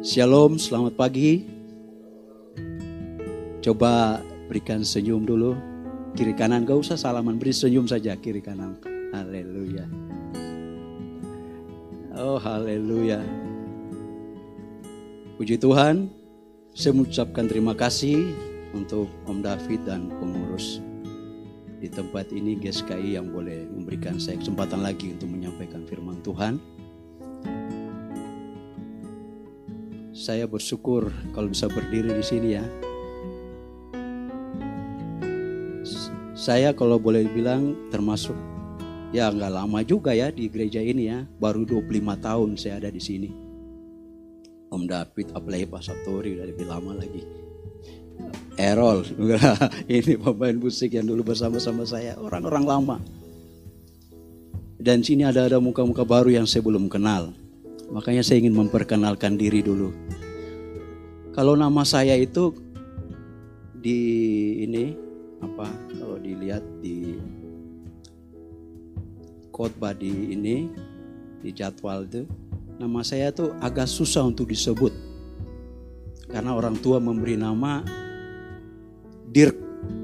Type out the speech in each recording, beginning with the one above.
Shalom, selamat pagi. Coba berikan senyum dulu. Kiri kanan, gak usah salaman, beri senyum saja kiri kanan. Haleluya. Oh haleluya. Puji Tuhan, saya mengucapkan terima kasih untuk Om David dan pengurus di tempat ini GSKI yang boleh memberikan saya kesempatan lagi untuk menyampaikan firman Tuhan. Saya bersyukur kalau bisa berdiri di sini ya. Saya kalau boleh bilang termasuk ya nggak lama juga ya di gereja ini ya. Baru 25 tahun saya ada di sini. Om David, apalagi Pak Sabtori udah lebih lama lagi. Errol, ini pemain musik yang dulu bersama-sama saya, orang-orang lama. Dan sini ada muka-muka baru yang saya belum kenal. Makanya saya ingin memperkenalkan diri dulu. Kalau nama saya itu di ini apa? Kalau dilihat di khotbah di ini di jadwal itu, nama saya tuh agak susah untuk disebut. Karena orang tua memberi nama Dirk.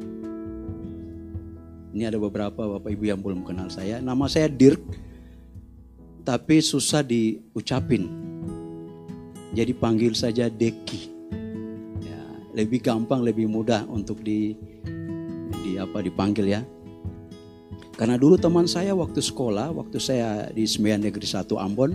Ini ada beberapa bapak ibu yang belum kenal saya. Nama saya Dirk. Tapi susah diucapin. Jadi panggil saja Deki. Ya, lebih gampang, lebih mudah untuk dipanggil ya. Karena dulu teman saya waktu sekolah, waktu saya di Semean Negeri 1 Ambon,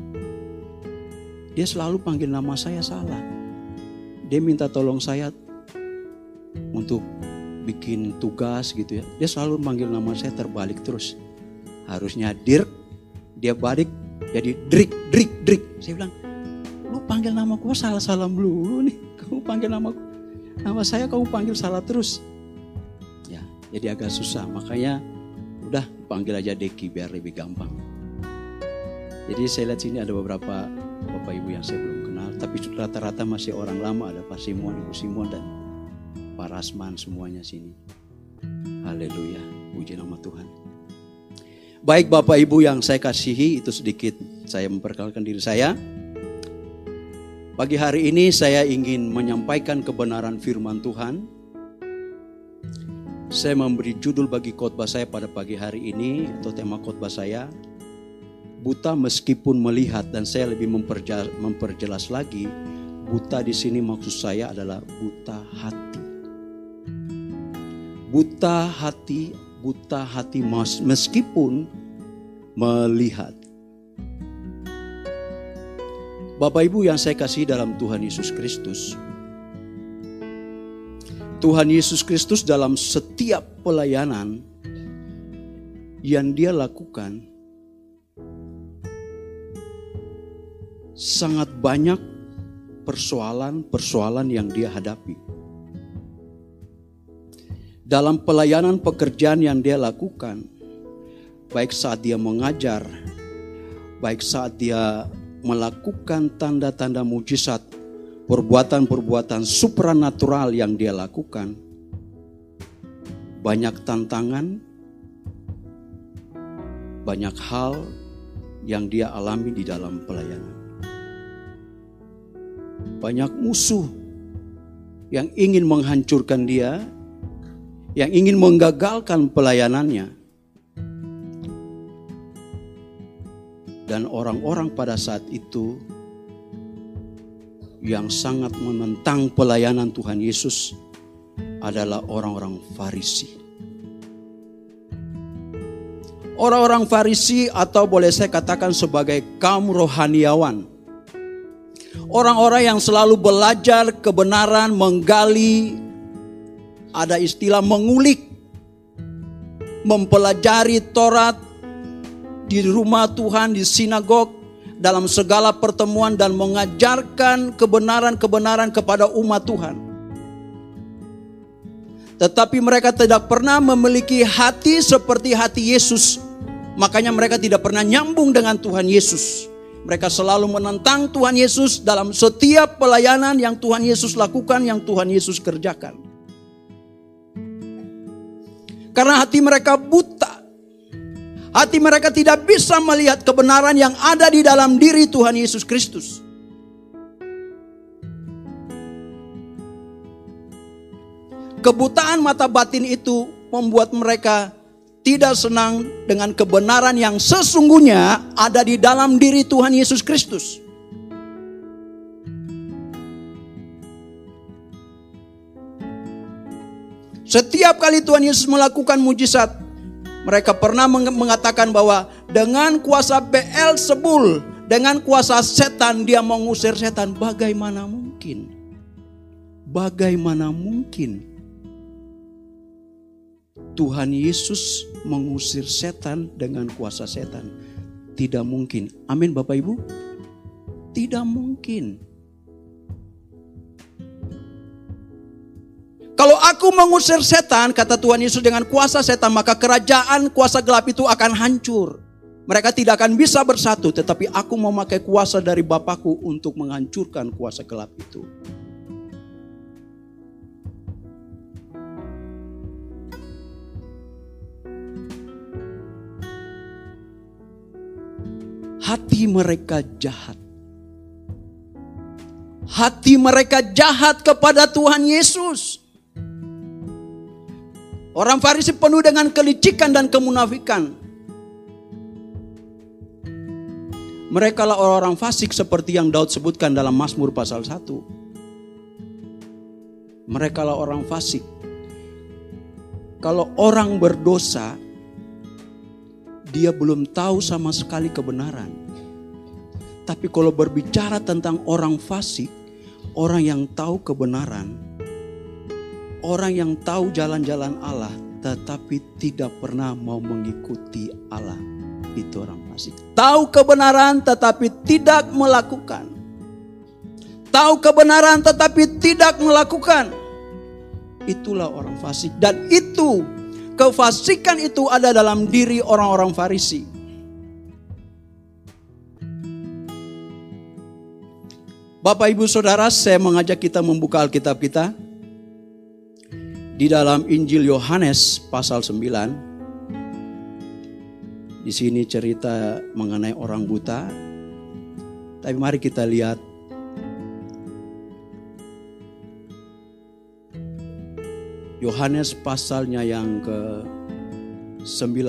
dia selalu panggil nama saya salah. Dia minta tolong saya untuk bikin tugas gitu ya. Dia selalu panggil nama saya terbalik terus. Harusnya Dirk, dia balik jadi Drik. Saya bilang, lu panggil nama gua salah dulu nih. Kamu panggil nama saya kamu panggil salah terus. Ya, jadi agak susah. Makanya udah panggil aja Deki biar lebih gampang. Jadi saya lihat sini ada beberapa bapak ibu yang saya belum kenal, tapi rata-rata masih orang lama. Ada Pak Simon, Ibu Simon dan Pak Rasman, semuanya sini. Haleluya, puji nama Tuhan. Baik Bapak Ibu yang saya kasihi, itu sedikit saya memperkenalkan diri saya. Pagi hari ini saya ingin menyampaikan kebenaran firman Tuhan. Saya memberi judul bagi khotbah saya pada pagi hari ini, atau tema khotbah saya, buta meskipun melihat. Dan saya lebih memperjelas lagi, buta di sini maksud saya adalah buta hati. Buta hati meskipun melihat. Bapak Ibu yang saya kasih dalam Tuhan Yesus Kristus. Tuhan Yesus Kristus dalam setiap pelayanan yang dia lakukan, sangat banyak persoalan yang dia hadapi. Dalam pelayanan pekerjaan yang dia lakukan, baik saat dia mengajar, baik saat dia melakukan tanda-tanda mujizat, perbuatan-perbuatan supranatural yang dia lakukan, banyak tantangan, banyak hal yang dia alami di dalam pelayanan. Banyak musuh yang ingin menghancurkan dia, yang ingin menggagalkan pelayanannya. Dan orang-orang pada saat itu yang sangat menentang pelayanan Tuhan Yesus adalah orang-orang Farisi. Orang-orang Farisi, atau boleh saya katakan sebagai kaum rohaniawan. Orang-orang yang selalu belajar kebenaran, menggali, ada istilah mengulik, mempelajari Taurat di rumah Tuhan, di sinagog, dalam segala pertemuan, dan mengajarkan kebenaran-kebenaran kepada umat Tuhan. Tetapi mereka tidak pernah memiliki hati seperti hati Yesus. Makanya mereka tidak pernah nyambung dengan Tuhan Yesus. Mereka selalu menentang Tuhan Yesus dalam setiap pelayanan yang Tuhan Yesus lakukan, yang Tuhan Yesus kerjakan. Karena hati mereka buta. Hati mereka tidak bisa melihat kebenaran yang ada di dalam diri Tuhan Yesus Kristus. Kebutaan mata batin itu membuat mereka tidak senang dengan kebenaran yang sesungguhnya ada di dalam diri Tuhan Yesus Kristus. Setiap kali Tuhan Yesus melakukan mujizat, mereka pernah mengatakan bahwa dengan kuasa Beelzebul, dengan kuasa setan dia mengusir setan. Bagaimana mungkin? Bagaimana mungkin Tuhan Yesus mengusir setan dengan kuasa setan? Tidak mungkin. Amin Bapak Ibu? Tidak mungkin. Kalau aku mengusir setan, kata Tuhan Yesus, dengan kuasa setan, maka kerajaan kuasa gelap itu akan hancur. Mereka tidak akan bisa bersatu, tetapi aku memakai kuasa dari Bapakku untuk menghancurkan kuasa gelap itu. Hati mereka jahat. Hati mereka jahat kepada Tuhan Yesus. Orang Farisi penuh dengan kelicikan dan kemunafikan. Mereka lah orang-orang fasik seperti yang Daud sebutkan dalam Mazmur pasal 1. Mereka lah orang fasik. Kalau orang berdosa, dia belum tahu sama sekali kebenaran. Tapi kalau berbicara tentang orang fasik, orang yang tahu kebenaran, orang yang tahu jalan-jalan Allah, tetapi tidak pernah mau mengikuti Allah, itu orang fasik. Tahu kebenaran tetapi tidak melakukan. Tahu kebenaran tetapi tidak melakukan. Itulah orang fasik. Dan itu, kefasikan itu ada dalam diri orang-orang Farisi. Bapak Ibu Saudara, saya mengajak kita membuka Alkitab kita di dalam Injil Yohanes pasal 9. Di sini cerita mengenai orang buta. Tapi mari kita lihat Yohanes pasalnya yang ke-9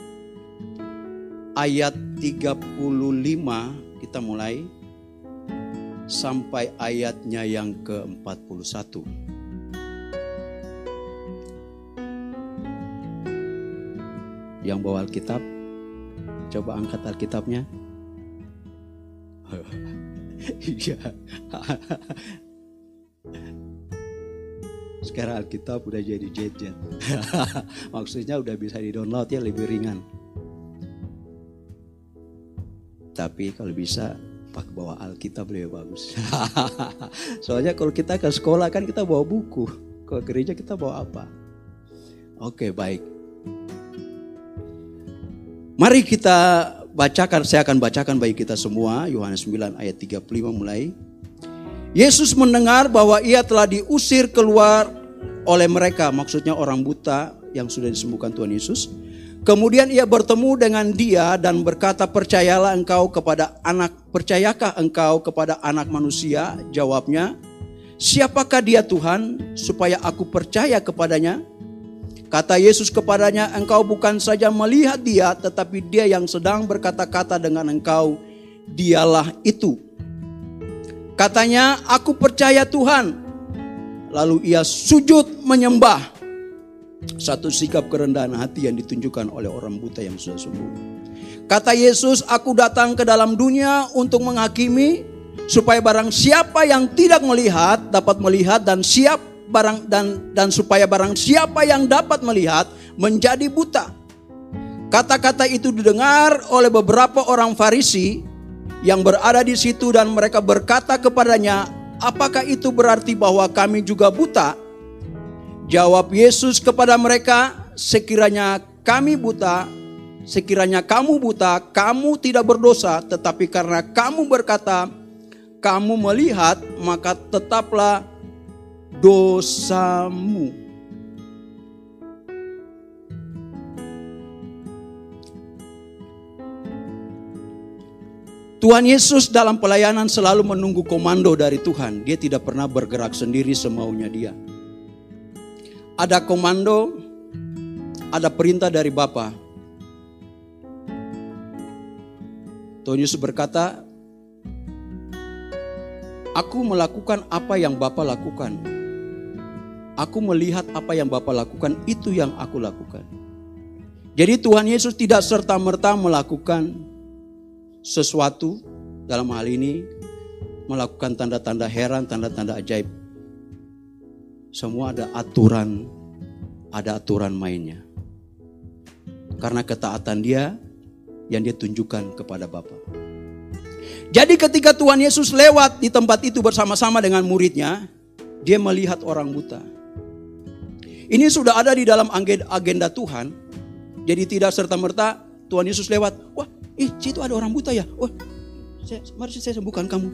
ayat 35, kita mulai sampai ayatnya yang ke-41. Yang bawa Alkitab, coba angkat Alkitabnya. Iya. Sekarang Alkitab udah jadi gadget. Maksudnya udah bisa di-download ya, lebih ringan. Tapi kalau bisa pakai bawa Alkitab lebih bagus. Soalnya kalau kita ke sekolah kan kita bawa buku. Kalau gereja kita bawa apa? Oke, baik. Mari kita bacakan, saya akan bacakan bagi kita semua. Yohanes 9 ayat 35 mulai. Yesus mendengar bahwa ia telah diusir keluar oleh mereka, maksudnya orang buta yang sudah disembuhkan Tuhan Yesus. Kemudian ia bertemu dengan dia dan berkata, percayakah engkau kepada anak manusia? Jawabnya, siapakah dia Tuhan supaya aku percaya kepadanya? Kata Yesus kepadanya, engkau bukan saja melihat dia, tetapi dia yang sedang berkata-kata dengan engkau, dialah itu. Katanya, aku percaya Tuhan. Lalu ia sujud menyembah. Satu sikap kerendahan hati yang ditunjukkan oleh orang buta yang sudah sembuh. Kata Yesus, aku datang ke dalam dunia untuk menghakimi, supaya barang siapa yang tidak melihat dapat melihat, dan supaya barang siapa yang dapat melihat menjadi buta. Kata-kata itu didengar oleh beberapa orang Farisi yang berada di situ, dan mereka berkata kepadanya, apakah itu berarti bahwa kami juga buta? Jawab Yesus kepada mereka, sekiranya kamu buta, kamu tidak berdosa, tetapi karena kamu berkata, kamu melihat, maka tetaplah dosamu. Tuhan Yesus dalam pelayanan selalu menunggu komando dari Tuhan. Dia tidak pernah bergerak sendiri semaunya dia. ada komando, ada perintah dari Bapa. Tuhan Yesus berkata, aku melakukan apa yang Bapa lakukan. Aku melihat apa yang Bapa lakukan, itu yang aku lakukan. Jadi Tuhan Yesus tidak serta-merta melakukan sesuatu, dalam hal ini melakukan tanda-tanda heran, tanda-tanda ajaib. Semua ada aturan mainnya. Karena ketaatan dia yang dia tunjukkan kepada Bapa. Jadi ketika Tuhan Yesus lewat di tempat itu bersama-sama dengan muridnya, dia melihat orang buta. Ini sudah ada di dalam agenda Tuhan. Jadi tidak serta-merta Tuhan Yesus lewat, wah, situ ada orang buta ya. Wah, mari saya sembuhkan kamu.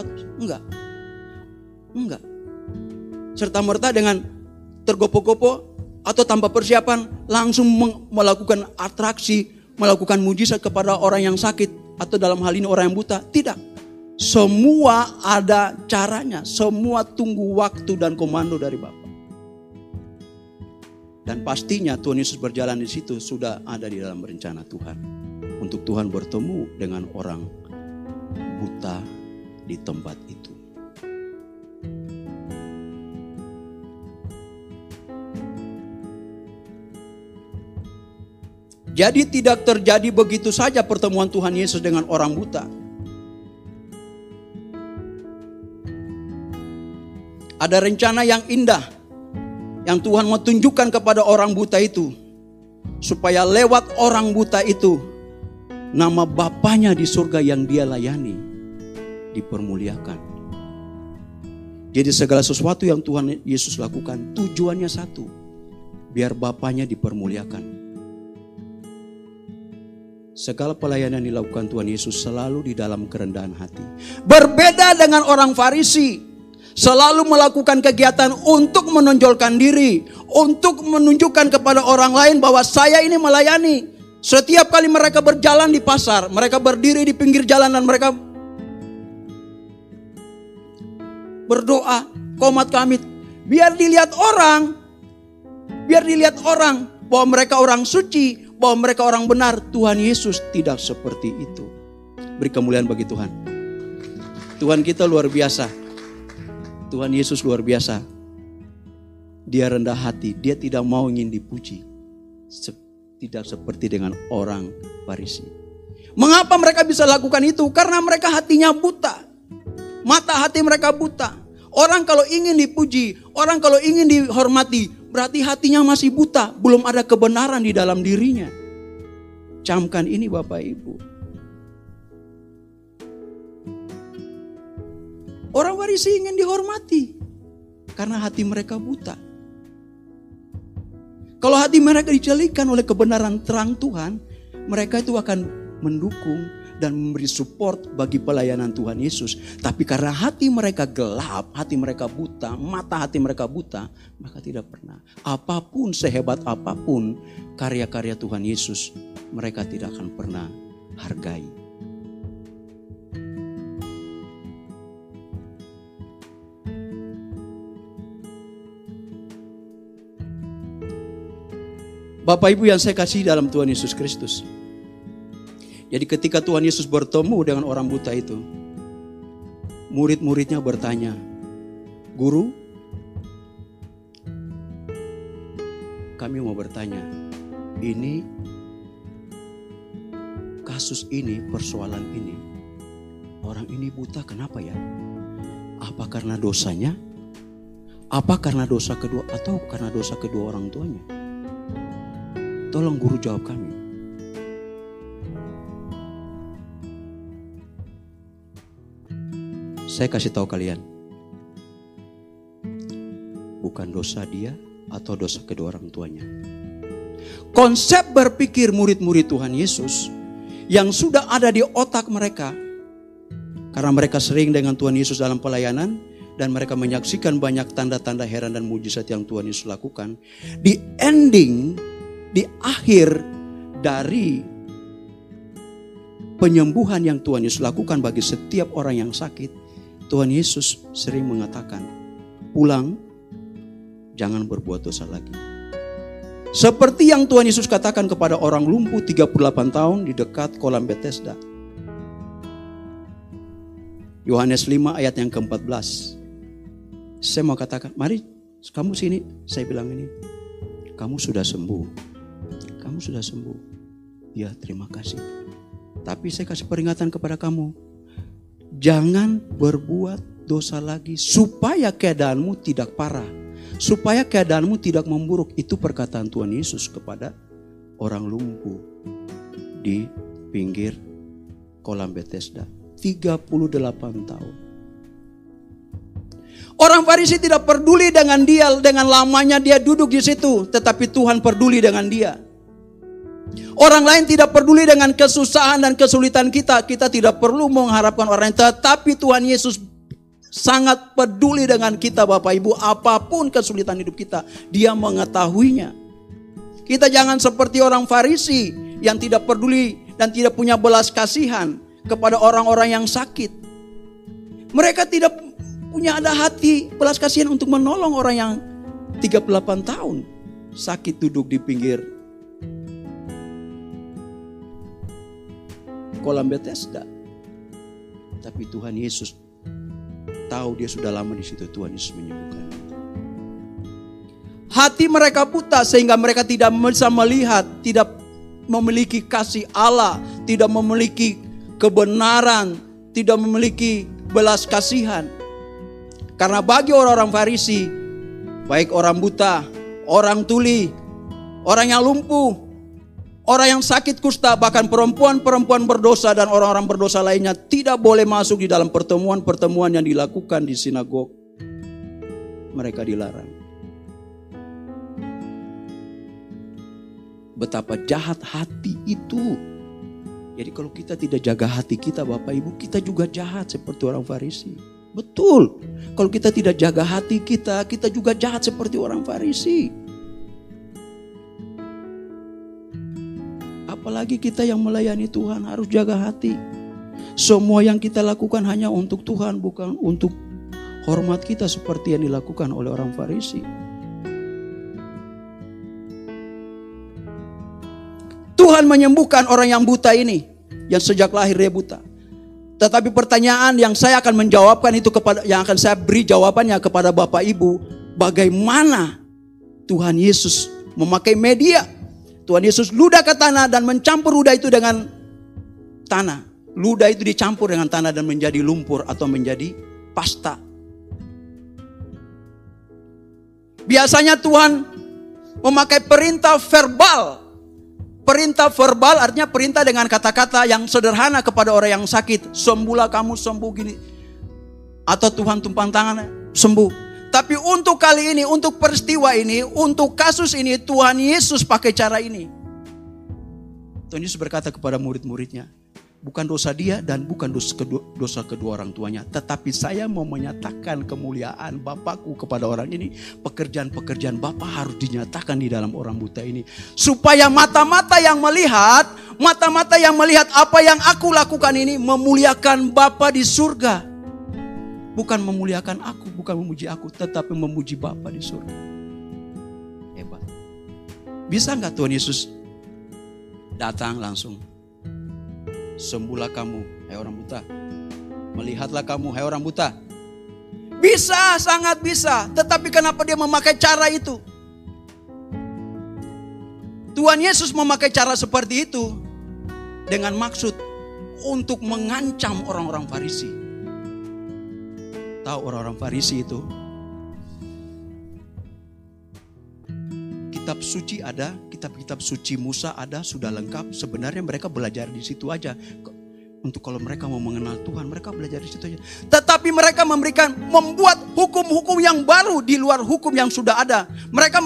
Enggak. Serta-merta dengan tergopoh-gopoh atau tanpa persiapan langsung melakukan atraksi, melakukan mujizat kepada orang yang sakit atau dalam hal ini orang yang buta. Tidak. Semua ada caranya, semua tunggu waktu dan komando dari Bapa. Dan pastinya Tuhan Yesus berjalan di situ sudah ada di dalam rencana Tuhan. Untuk Tuhan bertemu dengan orang buta di tempat itu. Jadi tidak terjadi begitu saja pertemuan Tuhan Yesus dengan orang buta. Ada rencana yang indah yang Tuhan mau tunjukkan kepada orang buta itu. Supaya lewat orang buta itu nama Bapanya di surga yang dia layani dipermuliakan. Jadi segala sesuatu yang Tuhan Yesus lakukan tujuannya satu. Biar Bapanya dipermuliakan. Segala pelayanan dilakukan Tuhan Yesus selalu di dalam kerendahan hati. Berbeda dengan orang Farisi. Selalu melakukan kegiatan untuk menonjolkan diri. Untuk menunjukkan kepada orang lain bahwa saya ini melayani. Setiap kali mereka berjalan di pasar. Mereka berdiri di pinggir jalan dan mereka berdoa. Qomat kamit. Biar dilihat orang. Bahwa mereka orang suci. Bahwa mereka orang benar. Tuhan Yesus tidak seperti itu. Beri kemuliaan bagi Tuhan. Tuhan kita luar biasa. Tuhan Yesus luar biasa. Dia rendah hati. Dia tidak mau ingin dipuji. Tidak seperti dengan orang Farisi. Mengapa mereka bisa lakukan itu? Karena mereka hatinya buta. Mata hati mereka buta. Orang kalau ingin dipuji, orang kalau ingin dihormati, berarti hatinya masih buta. Belum ada kebenaran di dalam dirinya. Camkan ini Bapak Ibu. Orang Farisi ingin dihormati. Karena hati mereka buta. Kalau hati mereka dicelikan oleh kebenaran terang Tuhan, mereka itu akan mendukung dan memberi support bagi pelayanan Tuhan Yesus. Tapi karena hati mereka gelap, hati mereka buta, mata hati mereka buta, maka tidak pernah. Apapun sehebat apapun karya-karya Tuhan Yesus, mereka tidak akan pernah hargai. Bapak Ibu yang saya kasih dalam Tuhan Yesus Kristus. Jadi ketika Tuhan Yesus bertemu dengan orang buta itu, murid-muridnya bertanya, Guru, kami mau bertanya, ini kasus ini, persoalan ini, orang ini buta kenapa ya? Apa karena dosanya? Apa karena dosa kedua atau karena dosa kedua orang tuanya? Tolong guru jawab kami. Saya kasih tahu kalian. Bukan dosa dia atau dosa kedua orang tuanya. Konsep berpikir murid-murid Tuhan Yesus yang sudah ada di otak mereka. Karena mereka sering dengan Tuhan Yesus dalam pelayanan. Dan mereka menyaksikan banyak tanda-tanda heran dan mujizat yang Tuhan Yesus lakukan. Di ending, di akhir dari penyembuhan yang Tuhan Yesus lakukan bagi setiap orang yang sakit, Tuhan Yesus sering mengatakan, pulang, jangan berbuat dosa lagi. Seperti yang Tuhan Yesus katakan kepada orang lumpuh 38 tahun di dekat kolam Bethesda. Yohanes 5 ayat yang ke-14. Saya mau katakan, mari kamu sini. Saya bilang ini, kamu sudah sembuh. Kamu sudah sembuh. Ya, terima kasih. Tapi saya kasih peringatan kepada kamu. Jangan berbuat dosa lagi supaya keadaanmu tidak parah. Supaya keadaanmu tidak memburuk. Itu perkataan Tuhan Yesus kepada orang lumpuh di pinggir kolam Bethesda. 38 tahun. Orang Farisi tidak peduli dengan dia, dengan lamanya dia duduk di situ, tetapi Tuhan peduli dengan dia. Orang lain tidak peduli dengan kesusahan dan kesulitan kita. Kita tidak perlu mengharapkan orang lain, tetapi Tuhan Yesus sangat peduli dengan kita, Bapak Ibu. Apapun kesulitan hidup kita, Dia mengetahuinya. Kita jangan seperti orang Farisi yang tidak peduli dan tidak punya belas kasihan kepada orang-orang yang sakit. Mereka tidak punya ada hati belas kasihan untuk menolong orang yang 38 tahun sakit duduk di pinggir kolam Bethesda. Tapi Tuhan Yesus tahu dia sudah lama di situ. Tuhan Yesus menyembuhkan. Hati mereka buta sehingga mereka tidak bisa melihat, tidak memiliki kasih Allah, tidak memiliki kebenaran, tidak memiliki belas kasihan. Karena bagi orang-orang Farisi, baik orang buta, orang tuli, orang yang lumpuh, orang yang sakit kusta, bahkan perempuan-perempuan berdosa dan orang-orang berdosa lainnya tidak boleh masuk di dalam pertemuan-pertemuan yang dilakukan di sinagog. Mereka dilarang. Betapa jahat hati itu. Jadi kalau kita tidak jaga hati kita, Bapak Ibu, kita juga jahat seperti orang Farisi. Betul. Kalau kita tidak jaga hati kita, kita juga jahat seperti orang Farisi. Apalagi kita yang melayani Tuhan harus jaga hati. Semua yang kita lakukan hanya untuk Tuhan, bukan untuk hormat kita seperti yang dilakukan oleh orang Farisi. Tuhan menyembuhkan orang yang buta ini, yang sejak lahir dia buta. Tetapi pertanyaan yang saya akan menjawabkan itu yang akan saya beri jawabannya kepada Bapak Ibu, bagaimana Tuhan Yesus memakai media. Tuhan Yesus ludah ke tanah dan mencampur ludah itu dengan tanah. Ludah itu dicampur dengan tanah dan menjadi lumpur atau menjadi pasta. Biasanya Tuhan memakai perintah verbal. Perintah verbal artinya perintah dengan kata-kata yang sederhana kepada orang yang sakit. Sembuhlah kamu, sembuh gini. Atau Tuhan tumpang tangan, sembuh. Tapi untuk kali ini, untuk peristiwa ini, untuk kasus ini, Tuhan Yesus pakai cara ini. Tuhan Yesus berkata kepada murid-muridnya, bukan dosa dia dan bukan dosa kedua orang tuanya. Tetapi saya mau menyatakan kemuliaan Bapakku kepada orang ini. Pekerjaan-pekerjaan Bapa harus dinyatakan di dalam orang buta ini. Supaya mata-mata yang melihat apa yang aku lakukan ini memuliakan Bapa di surga. Bukan memuliakan aku, bukan memuji aku, tetapi memuji Bapa di surga. Hebat. Bisa gak Tuhan Yesus datang langsung? Sembuhlah kamu, hai orang buta. Melihatlah kamu, hai orang buta. Bisa, sangat bisa. Tetapi kenapa dia memakai cara itu? Tuhan Yesus memakai cara seperti itu dengan maksud untuk mengancam orang-orang Farisi. Tahu orang-orang Farisi itu? Kitab suci ada, kitab-kitab suci Musa ada, sudah lengkap. Sebenarnya mereka belajar di situ aja. Untuk kalau mereka mau mengenal Tuhan, mereka belajar di situ aja. Tetapi mereka membuat hukum-hukum yang baru di luar hukum yang sudah ada. Mereka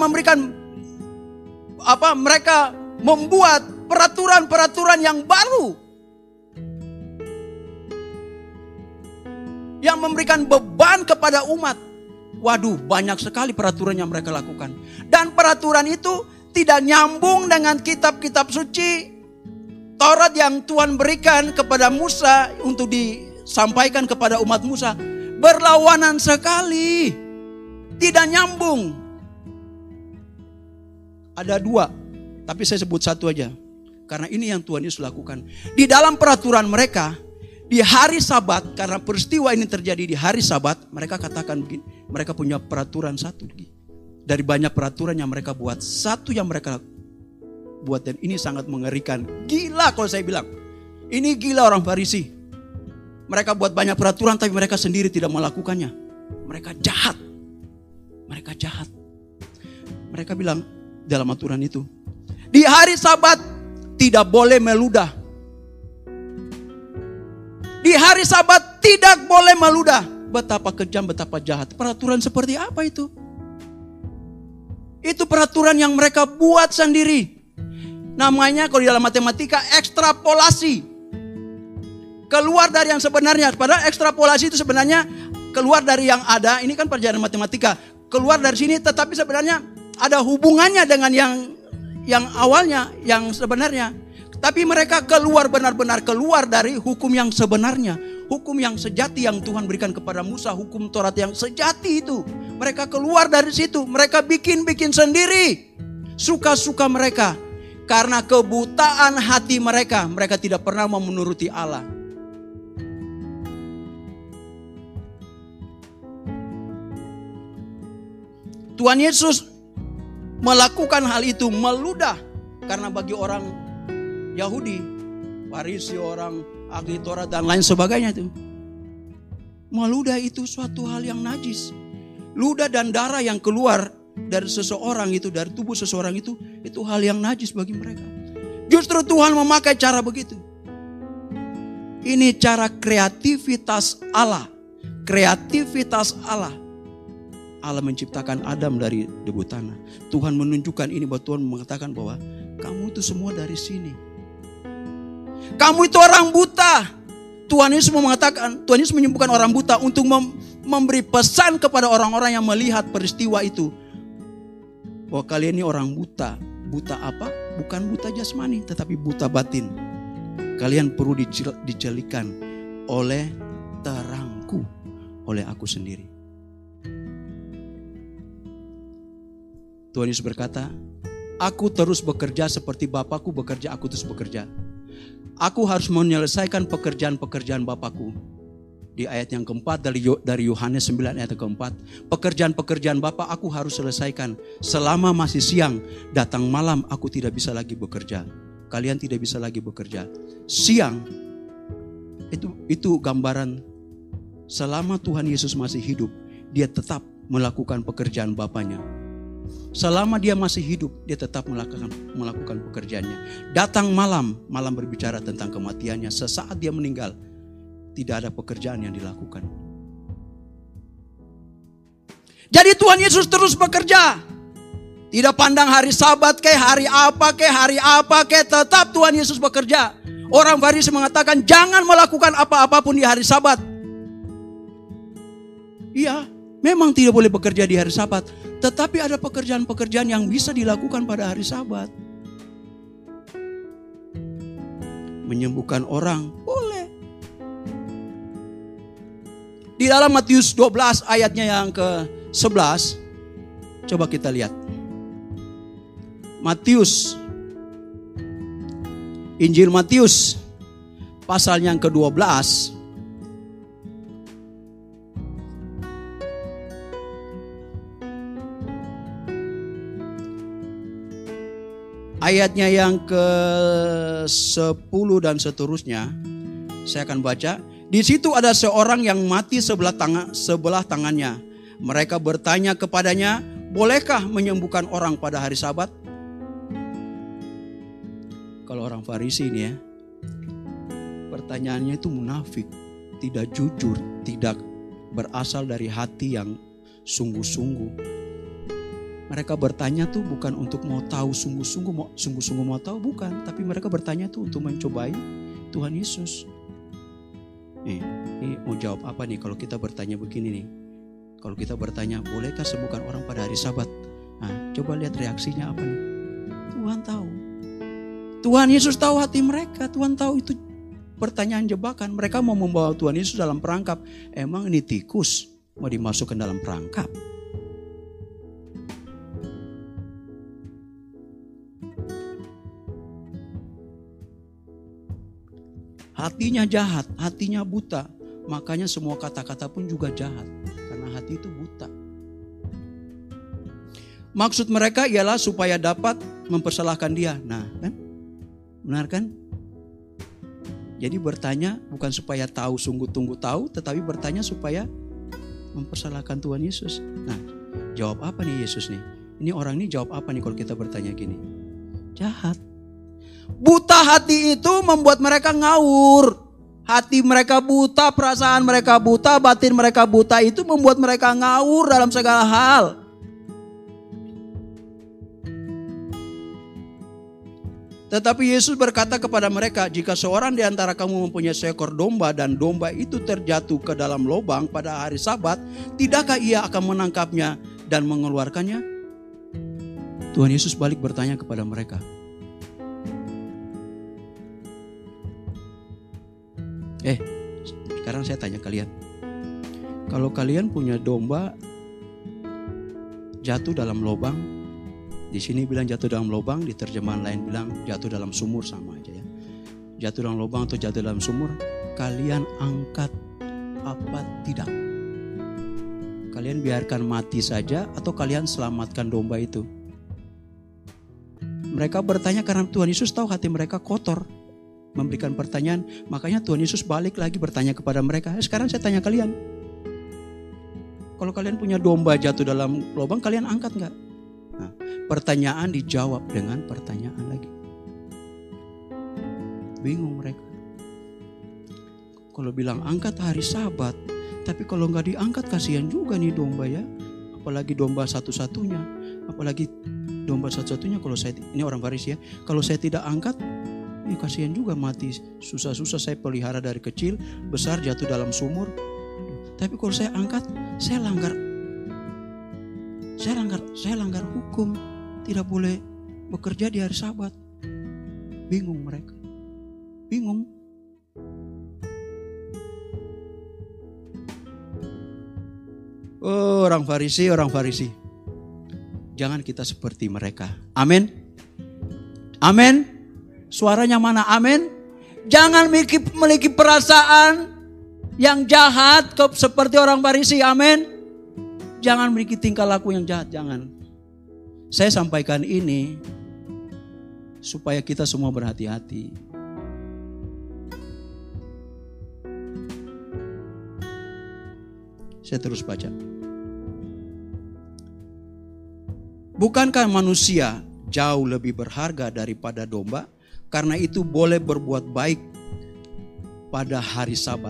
membuat peraturan-peraturan yang baru. Yang memberikan beban kepada umat. Waduh, banyak sekali peraturan yang mereka lakukan. Dan peraturan itu tidak nyambung dengan kitab-kitab suci Taurat yang Tuhan berikan kepada Musa untuk disampaikan kepada umat Musa. Berlawanan sekali. Tidak nyambung. Ada dua, tapi saya sebut satu aja. Karena ini yang Tuhan Yesus lakukan. Di dalam peraturan mereka, di hari Sabat, karena peristiwa ini terjadi di hari Sabat, mereka katakan begini, mereka punya peraturan satu. Dari banyak peraturan yang mereka buat, satu yang mereka buat, dan ini sangat mengerikan. Gila kalau saya bilang. Ini gila orang Farisi. Mereka buat banyak peraturan tapi mereka sendiri tidak melakukannya. Mereka jahat. Mereka jahat. Mereka bilang dalam aturan itu, di hari Sabat tidak boleh meludah. Di hari Sabat tidak boleh meludah. Betapa kejam, betapa jahat. Peraturan seperti apa itu? Itu peraturan yang mereka buat sendiri. Namanya kalau di dalam matematika ekstrapolasi. Keluar dari yang sebenarnya. Padahal ekstrapolasi itu sebenarnya keluar dari yang ada. Ini kan pelajaran matematika. Keluar dari sini tetapi sebenarnya ada hubungannya dengan yang awalnya, yang sebenarnya. Tapi mereka keluar, benar-benar keluar dari hukum yang sebenarnya. Hukum yang sejati yang Tuhan berikan kepada Musa. Hukum Taurat yang sejati itu. Mereka keluar dari situ. Mereka bikin sendiri. Suka-suka mereka. Karena kebutaan hati mereka. Mereka tidak pernah mau menuruti Allah. Tuhan Yesus melakukan hal itu, meludah. Karena bagi orang Yahudi, Farisi, orang ahli Taurat dan lain sebagainya itu, meludah itu suatu hal yang najis. Ludah dan darah yang keluar dari seseorang itu, dari tubuh seseorang itu hal yang najis bagi mereka. Justru Tuhan memakai cara begitu. Ini cara kreativitas Allah. Kreativitas Allah. Allah menciptakan Adam dari debu tanah. Tuhan menunjukkan ini bahwa Tuhan mengatakan bahwa kamu itu semua dari sini. Kamu itu orang buta. Tuhan Yesus mengatakan, Tuhan Yesus menyembuhkan orang buta untuk memberi pesan kepada orang-orang yang melihat peristiwa itu. Bahwa kalian ini orang buta. Buta apa? Bukan buta jasmani, tetapi buta batin. Kalian perlu dijelikan oleh terangku, oleh aku sendiri. Tuhan Yesus berkata, aku terus bekerja seperti Bapakku bekerja, aku terus bekerja. Aku harus menyelesaikan pekerjaan-pekerjaan Bapakku. Di ayat yang keempat dari Yohanes 9 ayat keempat. Pekerjaan-pekerjaan Bapa aku harus selesaikan. Selama masih siang, datang malam aku tidak bisa lagi bekerja. Kalian tidak bisa lagi bekerja. Siang, itu gambaran selama Tuhan Yesus masih hidup, dia tetap melakukan pekerjaan Bapanya. Selama dia masih hidup, dia tetap melakukan pekerjaannya. Datang malam berbicara tentang kematiannya. Sesaat dia meninggal, tidak ada pekerjaan yang dilakukan. Jadi Tuhan Yesus terus bekerja. Tidak pandang hari Sabat hari apa, tetap Tuhan Yesus bekerja. Orang Farisi mengatakan jangan melakukan apa-apapun di hari Sabat. Iya, memang tidak boleh bekerja di hari Sabat. Tetapi ada pekerjaan-pekerjaan yang bisa dilakukan pada hari Sabat. Menyembuhkan orang, boleh. Di dalam Matius 12 ayatnya yang ke-11, coba kita lihat. Injil Matius, pasal yang ke-12. Ayatnya yang ke-10 dan seterusnya, saya akan baca. Di situ ada seorang yang mati sebelah tangannya. Mereka bertanya kepadanya, bolehkah menyembuhkan orang pada hari Sabat? Kalau orang Farisi ini ya, pertanyaannya itu munafik, tidak jujur, tidak berasal dari hati yang sungguh-sungguh. Mereka bertanya tuh bukan untuk mau tahu sungguh-sungguh mau tahu, bukan. Tapi mereka bertanya tuh untuk mencobai Tuhan Yesus. Ini mau jawab apa nih kalau kita bertanya begini nih? Kalau kita bertanya, bolehkah sembuhkan orang pada hari Sabat? Nah, coba lihat reaksinya apa nih? Tuhan tahu. Tuhan Yesus tahu hati mereka. Tuhan tahu itu pertanyaan jebakan. Mereka mau membawa Tuhan Yesus dalam perangkap. Emang ini tikus mau dimasukkan dalam perangkap? Hatinya jahat, hatinya buta. Makanya semua kata-kata pun juga jahat. Karena hati itu buta. Maksud mereka ialah supaya dapat mempersalahkan dia. Nah kan, benar kan? Jadi bertanya bukan supaya tahu, sungguh-sungguh tahu, tetapi bertanya supaya mempersalahkan Tuhan Yesus. Nah, jawab apa nih Yesus nih? Ini orang ini jawab apa nih kalau kita bertanya gini? Jahat. Buta hati itu membuat mereka ngawur. Hati mereka buta, perasaan mereka buta, batin mereka buta, itu membuat mereka ngawur dalam segala hal. Tetapi Yesus berkata kepada mereka, jika seorang di antara kamu mempunyai seekor domba dan domba itu terjatuh ke dalam lubang pada hari Sabat, tidakkah ia akan menangkapnya dan mengeluarkannya? Tuhan Yesus balik bertanya kepada mereka. Sekarang saya tanya kalian. Kalau kalian punya domba jatuh dalam lubang, di sini bilang jatuh dalam lubang, di terjemahan lain bilang jatuh dalam sumur, sama aja ya. Jatuh dalam lubang atau jatuh dalam sumur, kalian angkat apa tidak? Kalian biarkan mati saja atau kalian selamatkan domba itu? Mereka bertanya karena Tuhan Yesus tahu hati mereka kotor. Memberikan pertanyaan, makanya Tuhan Yesus balik lagi bertanya kepada mereka. Sekarang saya tanya kalian, kalau kalian punya domba jatuh dalam lubang, kalian angkat nggak? Nah, pertanyaan dijawab dengan pertanyaan lagi. Bingung mereka. Kalau bilang angkat hari Sabat, tapi kalau nggak diangkat kasihan juga nih domba ya. Apalagi domba satu-satunya. Apalagi domba satu-satunya kalau saya, ini orang Farisi ya. Kalau saya tidak angkat, kasihan juga mati. Susah-susah saya pelihara dari kecil, besar jatuh dalam sumur. Tapi kalau saya angkat, saya langgar hukum. Tidak boleh bekerja di hari Sabat. Bingung mereka. Bingung. Oh, orang Farisi. Jangan kita seperti mereka. Amin. Amin. Suaranya mana? Amin. Jangan memiliki perasaan yang jahat seperti orang Farisi. Amin. Jangan memiliki tingkah laku yang jahat. Jangan. Saya sampaikan ini supaya kita semua berhati-hati. Saya terus baca. Bukankah manusia jauh lebih berharga daripada domba? Karena itu boleh berbuat baik pada hari Sabat.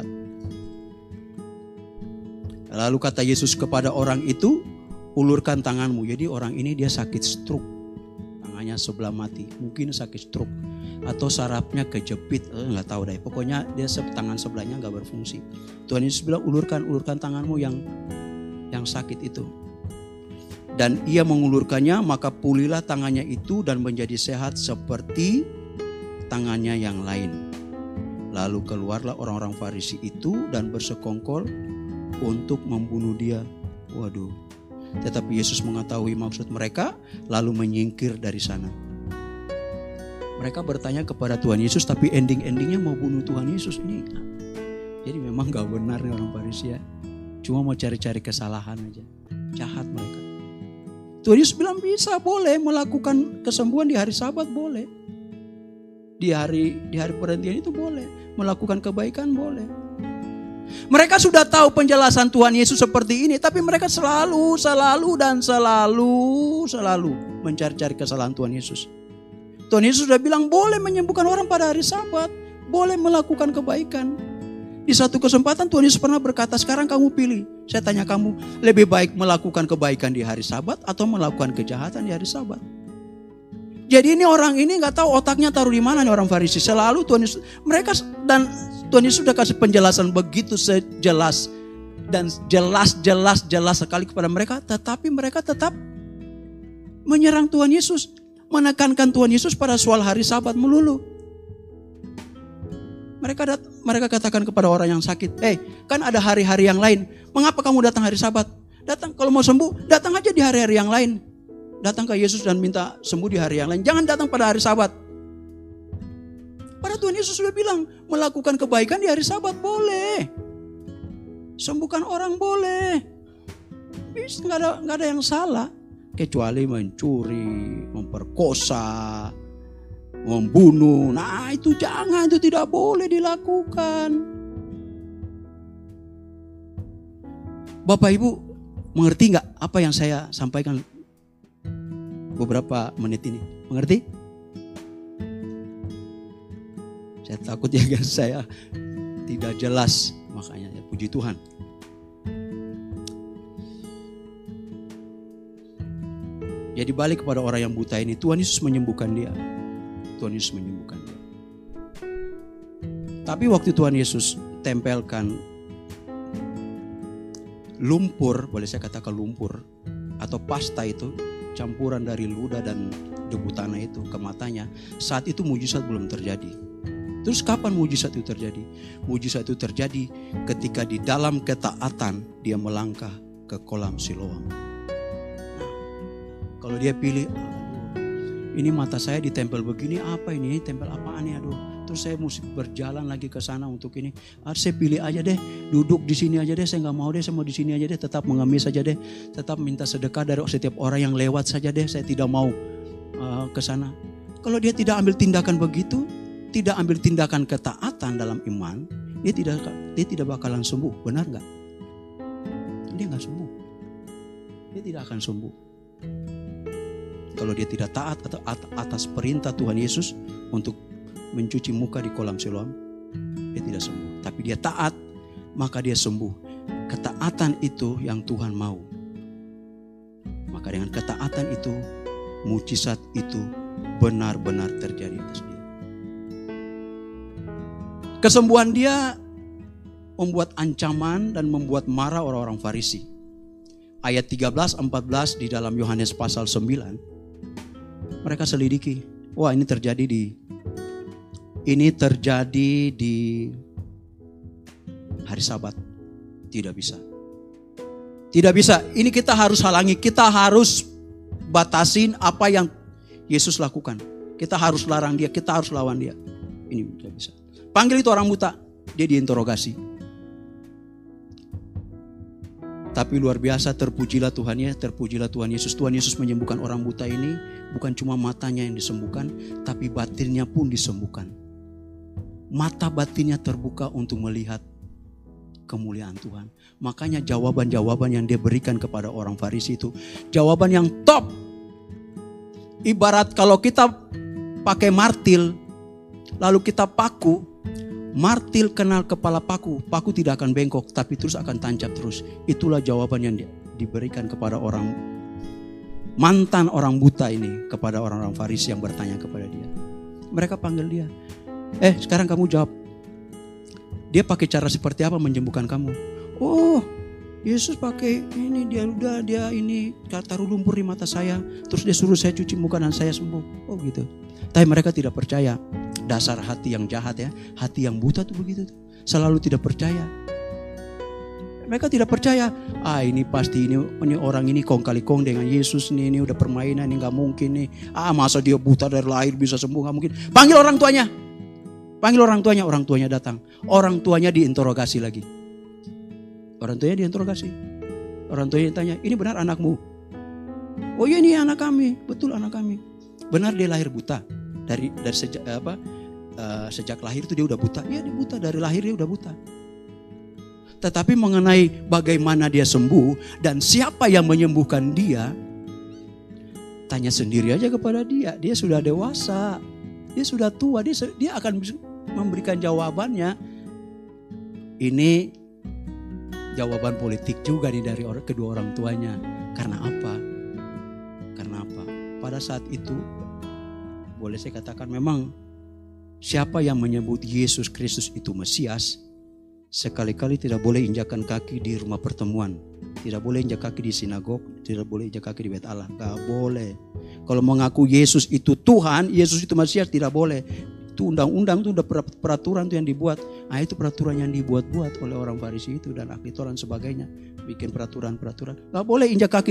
Lalu kata Yesus kepada orang itu, ulurkan tanganmu. Jadi orang ini dia sakit stroke. Tangannya sebelah mati. Mungkin sakit stroke. Atau sarafnya kejepit. Nggak tahu deh. Pokoknya dia tangan sebelahnya nggak berfungsi. Tuhan Yesus bilang ulurkan tanganmu yang sakit itu. Dan ia mengulurkannya, maka pulihlah tangannya itu dan menjadi sehat seperti tangannya yang lain. Lalu keluarlah orang-orang Farisi itu dan bersekongkol untuk membunuh dia. Waduh. Tetapi Yesus mengetahui maksud mereka, lalu menyingkir dari sana. Mereka bertanya kepada Tuhan Yesus, tapi endingnya mau bunuh Tuhan Yesus ini. Jadi memang gak benar nih orang Farisi ya. Cuma mau cari-cari kesalahan aja. Jahat mereka. Tuhan Yesus bilang bisa, boleh melakukan kesembuhan di hari Sabat, boleh. Di hari perhentian itu boleh. Melakukan kebaikan boleh. Mereka sudah tahu penjelasan Tuhan Yesus seperti ini. Tapi mereka selalu mencari-cari kesalahan Tuhan Yesus. Tuhan Yesus sudah bilang boleh menyembuhkan orang pada hari Sabat. Boleh melakukan kebaikan. Di satu kesempatan Tuhan Yesus pernah berkata, sekarang kamu pilih. Saya tanya kamu, lebih baik melakukan kebaikan di hari Sabat atau melakukan kejahatan di hari Sabat? Jadi ini orang ini nggak tahu otaknya taruh di mana nih orang Farisi. Selalu Tuhan Yesus, Tuhan Yesus sudah kasih penjelasan begitu sejelas dan jelas sekali kepada mereka, tetapi mereka tetap menyerang Tuhan Yesus, menekankan Tuhan Yesus pada soal hari Sabat melulu. Mereka katakan kepada orang yang sakit, kan ada hari-hari yang lain. Mengapa kamu datang hari Sabat? Datang kalau mau sembuh, datang aja di hari-hari yang lain. Datang ke Yesus dan minta sembuh di hari yang lain. Jangan datang pada hari Sabat. Pada Karena Tuhan Yesus sudah bilang, melakukan kebaikan di hari Sabat boleh. Sembuhkan orang boleh. Bisa, nggak ada yang salah. Kecuali mencuri, memperkosa, membunuh. Nah itu jangan, itu tidak boleh dilakukan. Bapak Ibu mengerti nggak apa yang saya sampaikan beberapa menit ini? Mengerti? Saya takut ya kan saya tidak jelas, makanya ya, puji Tuhan. Jadi balik kepada orang yang buta ini, Tuhan Yesus menyembuhkan dia. Tuhan Yesus menyembuhkan dia. Tapi waktu Tuhan Yesus tempelkan lumpur, boleh saya katakan lumpur atau pasta itu, campuran dari ludah dan debu tanah itu ke matanya, saat itu mujizat belum terjadi. Terus kapan mujizat itu terjadi? Mujizat itu terjadi ketika di dalam ketaatan dia melangkah ke kolam Siloam. Nah, kalau dia pilih, ini mata saya ditempel begini, apa ini? Ini tempel apaan ya? Aduh, terus saya mesti berjalan lagi ke sana untuk ini. Saya pilih aja deh, duduk di sini aja deh. Saya nggak mau deh, saya mau di sini aja deh. Tetap mengemis saja deh, tetap minta sedekah dari setiap orang yang lewat saja deh. Saya tidak mau ke sana. Kalau dia tidak ambil tindakan begitu, tidak ambil tindakan ketaatan dalam iman, dia tidak bakalan sembuh. Benar nggak? Dia nggak sembuh. Dia tidak akan sembuh. Kalau dia tidak taat atau atas perintah Tuhan Yesus untuk mencuci muka di kolam Siloam, dia tidak sembuh. Tapi dia taat, maka dia sembuh. Ketaatan itu yang Tuhan mau. Maka dengan ketaatan itu, mujizat itu benar-benar terjadi atas dia. Kesembuhan dia membuat ancaman dan membuat marah orang-orang Farisi. Ayat 13-14 di dalam Yohanes pasal 9. Mereka selidiki. Wah, ini terjadi di hari Sabat. Tidak bisa. Tidak bisa. Ini kita harus halangi. Kita harus batasin apa yang Yesus lakukan. Kita harus larang dia. Kita harus lawan dia. Ini tidak bisa. Panggil itu orang buta, dia diinterogasi. Tapi luar biasa, terpujilah Tuhannya, terpujilah Tuhan Yesus. Tuhan Yesus menyembuhkan orang buta ini, bukan cuma matanya yang disembuhkan, tapi batinnya pun disembuhkan. Mata batinnya terbuka untuk melihat kemuliaan Tuhan. Makanya jawaban-jawaban yang dia berikan kepada orang Farisi itu, jawaban yang top. Ibarat kalau kita pakai martil, lalu kita paku, martil kenal kepala paku, paku tidak akan bengkok tapi terus akan tancap terus. Itulah jawaban yang diberikan kepada mantan orang buta ini, kepada orang-orang Farisi yang bertanya kepada dia. Mereka panggil dia, sekarang kamu jawab, dia pakai cara seperti apa menyembuhkan kamu? Oh, Yesus pakai ini, dia ini taruh lumpur di mata saya, terus dia suruh saya cuci muka dan saya sembuh. Oh gitu. Tapi mereka tidak percaya. Dasar hati yang jahat ya, hati yang buta tuh begitu tuh. Selalu tidak percaya. Mereka tidak percaya. Ini pasti ini orang ini kong kali kong dengan Yesus nih, ini udah permainan, ini nggak mungkin nih. Masa dia buta dari lahir bisa sembuh, nggak mungkin. Panggil orang tuanya. Panggil orang tuanya datang. Orang tuanya diinterogasi lagi. Orang tuanya diinterogasi. Orang tuanya ditanya, ini benar anakmu? Oh iya, ini anak kami, betul anak kami. Benar dia lahir buta. Dari sejak lahir itu dia udah buta. Ya dia buta, dari lahir dia udah buta. Tetapi mengenai bagaimana dia sembuh dan siapa yang menyembuhkan dia, tanya sendiri aja kepada dia. Dia sudah dewasa, dia sudah tua, dia akan memberikan jawabannya. Ini jawaban politik juga nih dari kedua orang tuanya. Karena apa? Karena apa? Pada saat itu boleh saya katakan memang siapa yang menyebut Yesus Kristus itu Mesias, sekali-kali tidak boleh injakan kaki di rumah pertemuan, tidak boleh injak kaki di sinagog, tidak boleh injak kaki di bait Allah, gak boleh. Kalau mengaku Yesus itu Tuhan, Yesus itu Mesias, tidak boleh. Itu undang-undang, itu udah peraturan itu yang dibuat. Itu peraturan yang dibuat-buat oleh orang Farisi itu dan ahli Taurat dan sebagainya, bikin peraturan-peraturan. Gak boleh injak kaki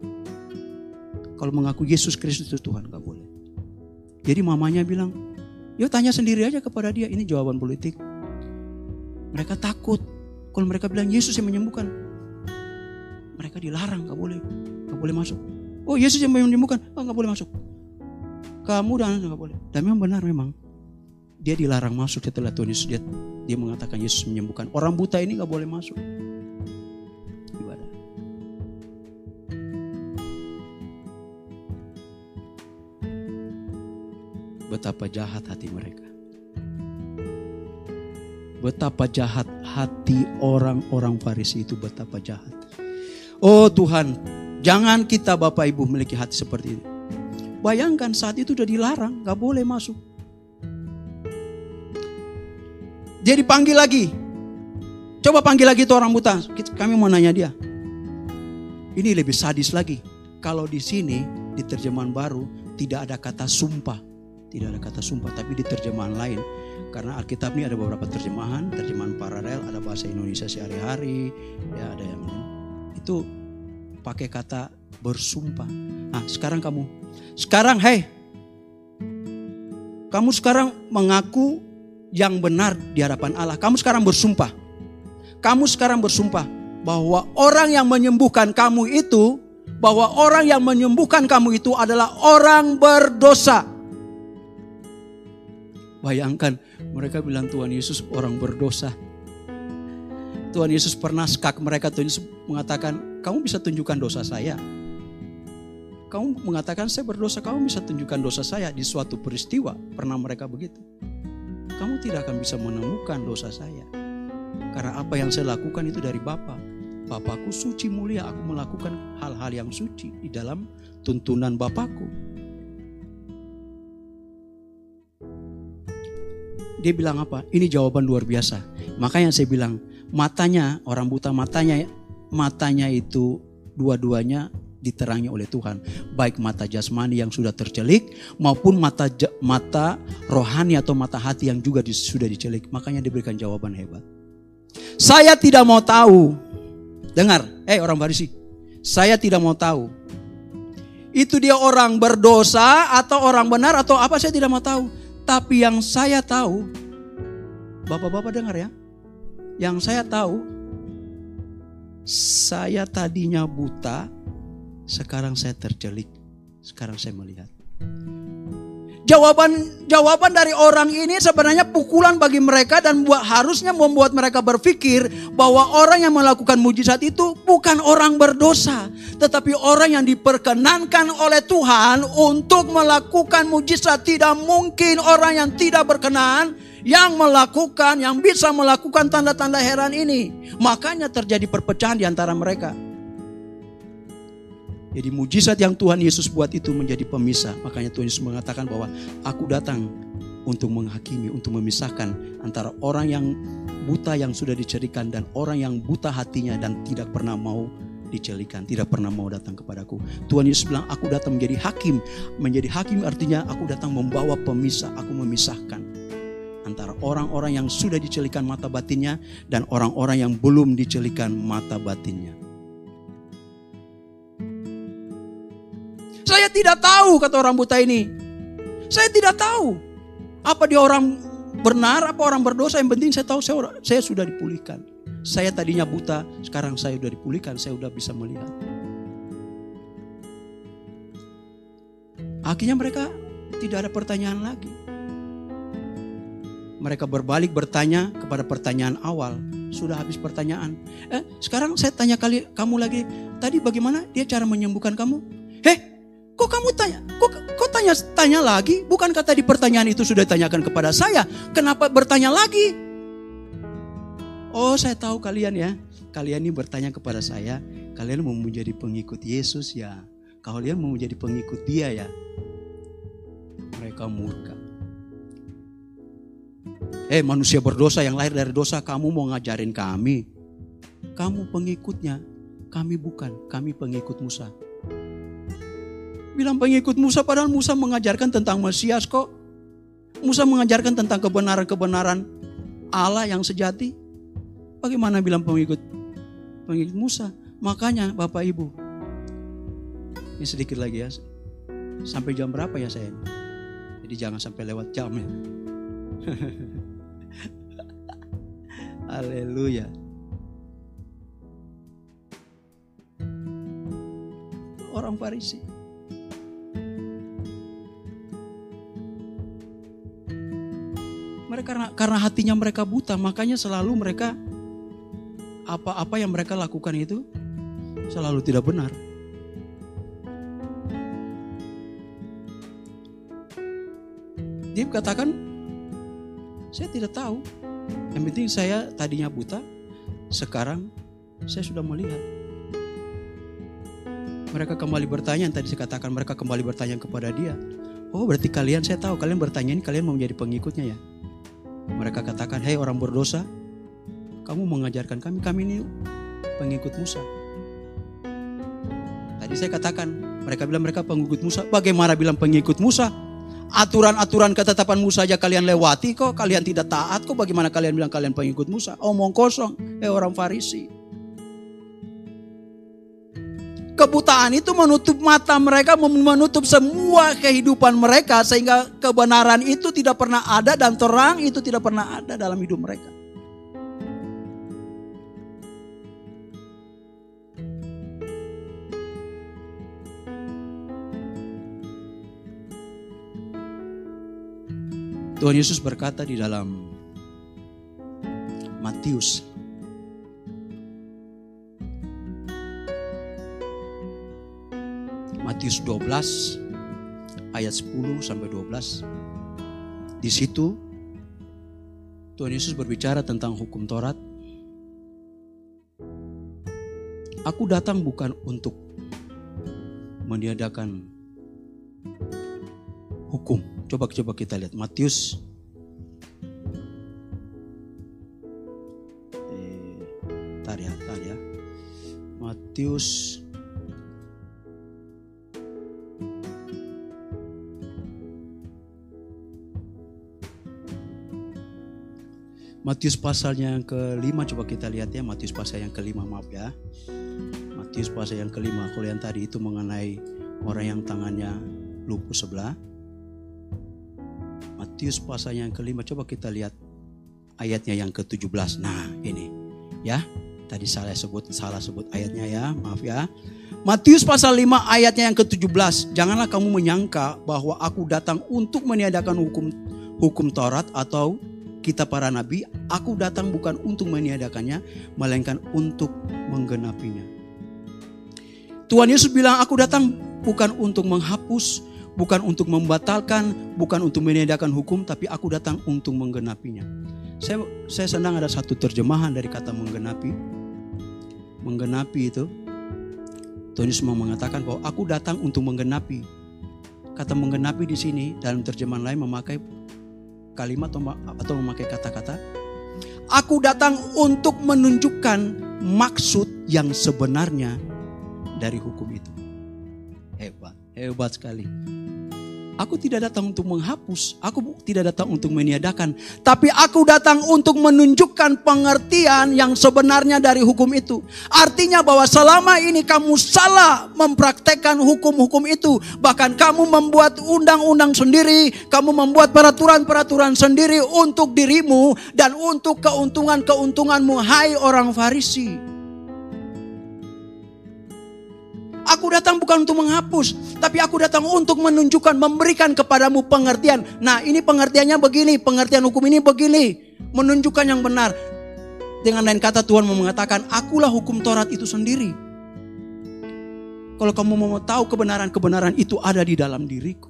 kalau mengaku Yesus Kristus itu Tuhan, gak boleh. Jadi mamanya bilang, Yuk tanya sendiri aja kepada dia. Ini jawaban politik. Mereka takut. Kalau mereka bilang Yesus yang menyembuhkan, mereka dilarang, gak boleh masuk. Oh Yesus yang menyembuhkan, gak boleh masuk. Kamu dan gak boleh. Dan memang benar memang. Dia dilarang masuk setelah Tuhan Yesus. Dia mengatakan Yesus menyembuhkan. Orang buta ini gak boleh masuk. Betapa jahat hati mereka. Betapa jahat hati orang-orang Farisi itu, betapa jahat. Oh Tuhan, jangan kita Bapak Ibu memiliki hati seperti ini. Bayangkan saat itu udah dilarang, gak boleh masuk. Dia dipanggil lagi. Coba panggil lagi tuh orang buta. Kami mau nanya dia. Ini lebih sadis lagi. Kalau di sini, di terjemahan baru, tidak ada kata sumpah. Tidak ada kata sumpah, tapi di terjemahan lain. Karena Alkitab ini ada beberapa terjemahan paralel, ada bahasa Indonesia sehari-hari, ya ada yang lain. Itu pakai kata bersumpah. Nah, kamu sekarang mengaku yang benar di hadapan Allah. Kamu sekarang bersumpah. Kamu sekarang bersumpah bahwa orang yang menyembuhkan kamu itu, adalah orang berdosa. Bayangkan mereka bilang Tuhan Yesus orang berdosa. Tuhan Yesus pernah skak mereka. Tuhan Yesus mengatakan, kamu bisa tunjukkan dosa saya. Kamu mengatakan saya berdosa, kamu bisa tunjukkan dosa saya di suatu peristiwa. Pernah mereka begitu. Kamu tidak akan bisa menemukan dosa saya. Karena apa yang saya lakukan itu dari Bapa. Bapakku suci mulia, aku melakukan hal-hal yang suci di dalam tuntunan Bapakku. Dia bilang apa? Ini jawaban luar biasa. Makanya saya bilang, matanya, orang buta matanya itu dua-duanya diterangi oleh Tuhan. Baik mata jasmani yang sudah tercelik, maupun mata rohani atau mata hati yang juga sudah dicelik. Makanya diberikan jawaban hebat. Saya tidak mau tahu. Dengar, orang Farisi. Saya tidak mau tahu. Itu dia orang berdosa atau orang benar atau apa, saya tidak mau tahu. Tapi yang saya tahu, Bapak-bapak dengar ya. Yang saya tahu, saya tadinya buta, sekarang saya tercelik, sekarang saya melihat. Jawaban dari orang ini sebenarnya pukulan bagi mereka dan harusnya membuat mereka berpikir bahwa orang yang melakukan mujizat itu bukan orang berdosa, tetapi orang yang diperkenankan oleh Tuhan untuk melakukan mujizat. Tidak mungkin orang yang tidak berkenan yang bisa melakukan tanda-tanda heran ini. Makanya terjadi perpecahan di antara mereka. Jadi mujizat yang Tuhan Yesus buat itu menjadi pemisah. Makanya Tuhan Yesus mengatakan bahwa aku datang untuk menghakimi, untuk memisahkan antara orang yang buta yang sudah dicerikan dan orang yang buta hatinya dan tidak pernah mau dicelikan, tidak pernah mau datang kepadaku. Tuhan Yesus bilang aku datang menjadi hakim. Menjadi hakim artinya aku datang membawa pemisah, aku memisahkan antara orang-orang yang sudah dicelikan mata batinnya dan orang-orang yang belum dicelikan mata batinnya. Saya tidak tahu, kata orang buta ini. Saya tidak tahu. Apa dia orang benar, apa orang berdosa. Yang penting saya tahu saya sudah dipulihkan. Saya tadinya buta, sekarang saya sudah dipulihkan. Saya sudah bisa melihat. Akhirnya mereka tidak ada pertanyaan lagi. Mereka berbalik bertanya kepada pertanyaan awal. Sudah habis pertanyaan. Sekarang saya tanya kamu lagi. Tadi bagaimana dia cara menyembuhkan kamu? Kok kamu tanya? Kok tanya lagi? Bukan kata di pertanyaan itu sudah ditanyakan kepada saya. Kenapa bertanya lagi? Oh, saya tahu kalian ya. Kalian ini bertanya kepada saya. Kalian mau menjadi pengikut Yesus ya. Kalian mau menjadi pengikut Dia ya. Mereka murka. Manusia berdosa yang lahir dari dosa, kamu mau ngajarin kami? Kamu pengikutnya. Kami bukan. Kami pengikut Musa. Bilang pengikut Musa, padahal Musa mengajarkan tentang Mesias kok. Musa mengajarkan tentang kebenaran-kebenaran Allah yang sejati. Bagaimana bilang pengikut Musa? Makanya Bapak Ibu, ini sedikit lagi ya. Sampai jam berapa ya saya? Jadi jangan sampai lewat jam ya. Haleluya. Orang Farisi. Mereka karena hatinya mereka buta, makanya selalu mereka apa-apa yang mereka lakukan itu selalu tidak benar. Dia katakan, saya tidak tahu. Yang penting saya tadinya buta, sekarang saya sudah melihat. Mereka kembali bertanya, yang tadi saya katakan mereka kembali bertanya kepada dia. Oh berarti kalian, saya tahu kalian bertanya ini kalian mau menjadi pengikutnya ya. Mereka katakan, hei orang berdosa, kamu mengajarkan kami ini pengikut Musa. Tadi saya katakan, mereka bilang mereka pengikut Musa. Bagaimana bilang pengikut Musa? Aturan-aturan ketetapan Musa saja kalian lewati kok, kalian tidak taat kok, bagaimana kalian bilang kalian pengikut Musa? Omong kosong, orang Farisi. Kebutaan itu menutup mata mereka, menutup semua kehidupan mereka, sehingga kebenaran itu tidak pernah ada dan terang itu tidak pernah ada dalam hidup mereka. Tuhan Yesus berkata di dalam Matius Matius 12 ayat 10 sampai 12. Di situ Tuhan Yesus berbicara tentang hukum Taurat. Aku datang bukan untuk meniadakan hukum. Coba kita lihat Matius tar ya. Matius pasalnya yang kelima, coba kita lihat ya. Matius pasal yang kelima, maaf ya. Matius pasal yang kelima. Kalau yang tadi itu mengenai orang yang tangannya lumpuh sebelah. Matius pasal yang kelima, coba kita lihat ayatnya yang ke-17. Nah ini ya, tadi salah sebut ayatnya ya, maaf ya. Matius pasal 5 ayatnya yang ke-17. Janganlah kamu menyangka bahwa aku datang untuk meniadakan hukum Taurat atau kitab para nabi. Aku datang bukan untuk meniadakannya, melainkan untuk menggenapinya. Tuhan Yesus bilang, aku datang bukan untuk menghapus, bukan untuk membatalkan, bukan untuk meniadakan hukum, tapi aku datang untuk menggenapinya. Saya senang ada satu terjemahan dari kata menggenapi. Menggenapi itu, Tuhan Yesus mau mengatakan bahwa aku datang untuk menggenapi. Kata menggenapi di sini dalam terjemahan lain memakai kalimat atau memakai kata-kata, aku datang untuk menunjukkan maksud yang sebenarnya dari hukum itu. Hebat sekali. Aku tidak datang untuk menghapus, aku tidak datang untuk meniadakan, tapi aku datang untuk menunjukkan pengertian yang sebenarnya dari hukum itu. Artinya bahwa selama ini kamu salah mempraktekkan hukum-hukum itu, bahkan kamu membuat undang-undang sendiri, kamu membuat peraturan-peraturan sendiri untuk dirimu dan untuk keuntunganmu, hai orang Farisi. Aku datang bukan untuk menghapus, tapi aku datang untuk menunjukkan, memberikan kepadamu pengertian. Nah, ini pengertiannya begini, pengertian hukum ini begini, menunjukkan yang benar. Dengan lain kata, Tuhan mau mengatakan, akulah hukum Taurat itu sendiri. Kalau kamu mau tahu kebenaran itu ada di dalam diriku.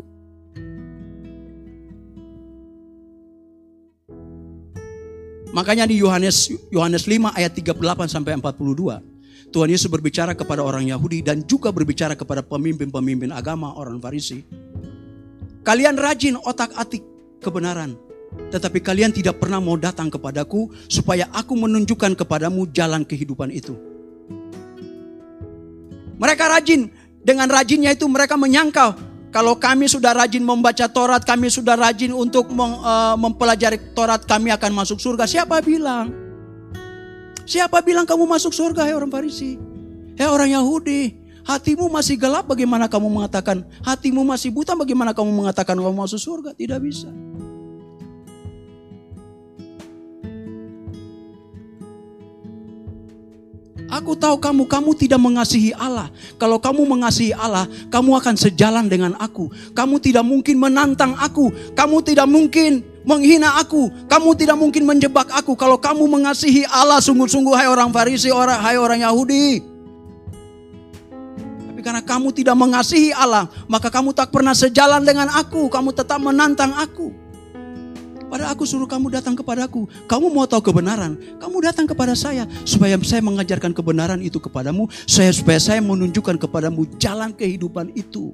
Makanya di Yohanes 5 ayat 38 sampai 42. Tuhan Yesus berbicara kepada orang Yahudi dan juga berbicara kepada pemimpin-pemimpin agama orang Farisi. Kalian rajin otak-atik kebenaran, tetapi kalian tidak pernah mau datang kepadaku supaya aku menunjukkan kepadamu jalan kehidupan itu. Mereka rajin, dengan rajinnya itu mereka menyangka kalau kami sudah rajin membaca Taurat, kami sudah rajin untuk mempelajari Taurat, kami akan masuk surga. Siapa bilang? Siapa bilang kamu masuk surga, hai orang Farisi? Hai orang Yahudi, hatimu masih gelap, bagaimana kamu mengatakan? Hatimu masih buta, bagaimana kamu mengatakan kamu masuk surga? Tidak bisa. Aku tahu kamu tidak mengasihi Allah. Kalau kamu mengasihi Allah, kamu akan sejalan dengan aku. Kamu tidak mungkin menantang aku. Kamu tidak mungkin menghina aku. Kamu tidak mungkin menjebak aku. Kalau kamu mengasihi Allah sungguh-sungguh, hai orang Farisi, hai orang Yahudi. Tapi karena kamu tidak mengasihi Allah, maka kamu tak pernah sejalan dengan aku. Kamu tetap menantang aku. Padahal aku suruh kamu datang kepadaku. Kamu mau tahu kebenaran, kamu datang kepada saya. Supaya saya mengajarkan kebenaran itu kepadamu. Supaya saya menunjukkan kepadamu jalan kehidupan itu.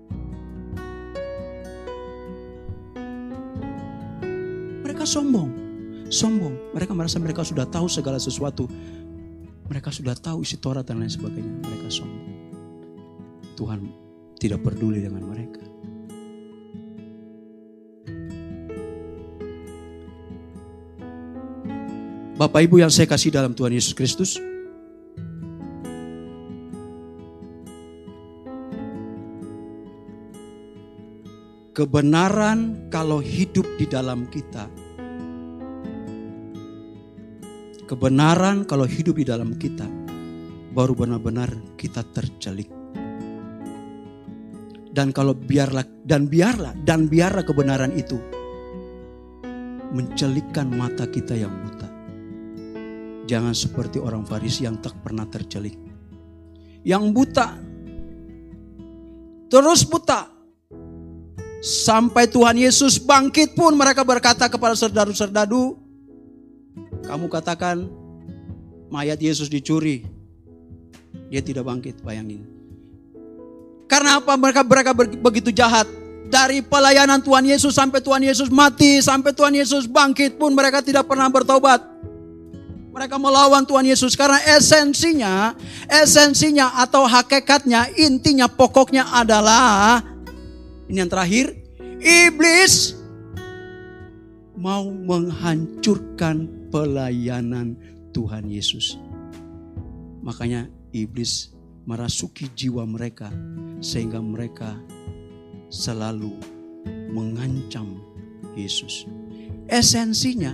Mereka sombong. Mereka merasa mereka sudah tahu segala sesuatu. Mereka sudah tahu isi Taurat dan lain sebagainya. Mereka sombong. Tuhan tidak peduli dengan mereka. Bapak Ibu yang saya kasih dalam Tuhan Yesus Kristus, kebenaran kalau hidup di dalam kita, kebenaran kalau hidup di dalam kita, baru benar-benar kita tercelik. Dan kalau biarlah kebenaran itu mencelikkan mata kita yang buta. Jangan seperti orang Farisi yang tak pernah tercelik. Yang buta. Terus buta. Sampai Tuhan Yesus bangkit pun mereka berkata kepada serdadu-serdadu. Kamu katakan mayat Yesus dicuri. Dia tidak bangkit, bayangin. Karena apa mereka begitu jahat. Dari pelayanan Tuhan Yesus sampai Tuhan Yesus mati. Sampai Tuhan Yesus bangkit pun mereka tidak pernah bertobat. Mereka melawan Tuhan Yesus karena esensinya atau hakikatnya, intinya, pokoknya adalah, ini yang terakhir, iblis mau menghancurkan pelayanan Tuhan Yesus. Makanya iblis merasuki jiwa mereka sehingga mereka selalu mengancam Yesus. Esensinya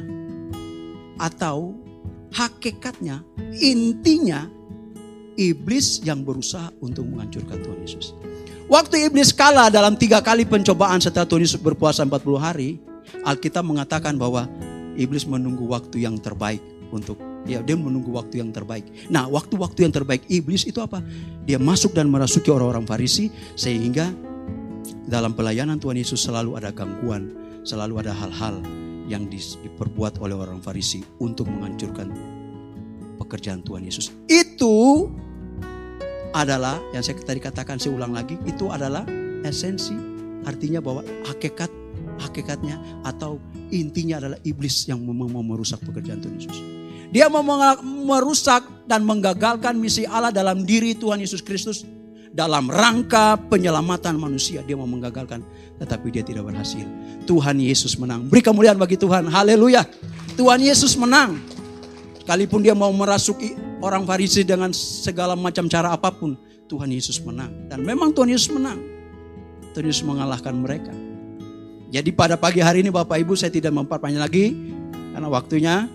atau hakikatnya, intinya, iblis yang berusaha untuk menghancurkan Tuhan Yesus. Waktu iblis kalah dalam 3 kali pencobaan setelah Tuhan Yesus berpuasa 40 hari, Alkitab mengatakan bahwa iblis menunggu waktu yang terbaik dia menunggu waktu yang terbaik. Nah, waktu-waktu yang terbaik iblis itu apa? Dia masuk dan merasuki orang-orang Farisi, sehingga dalam pelayanan Tuhan Yesus selalu ada gangguan, selalu ada hal-hal yang diperbuat oleh orang Farisi untuk menghancurkan pekerjaan Tuhan Yesus. Itu adalah yang saya tadi katakan, saya ulang lagi, itu adalah esensi, artinya bahwa hakikatnya atau intinya adalah iblis yang mau merusak pekerjaan Tuhan Yesus. Dia mau merusak dan menggagalkan misi Allah dalam diri Tuhan Yesus Kristus. Dalam rangka penyelamatan manusia, dia mau menggagalkan, tetapi dia tidak berhasil. Tuhan Yesus menang. Beri kemuliaan bagi Tuhan. Haleluya. Tuhan Yesus menang. Sekalipun dia mau merasuki orang Farisi dengan segala macam cara apapun, Tuhan Yesus menang. Dan memang Tuhan Yesus menang. Tuhan Yesus mengalahkan mereka. Jadi pada pagi hari ini Bapak Ibu, saya tidak memperpanjang lagi karena waktunya.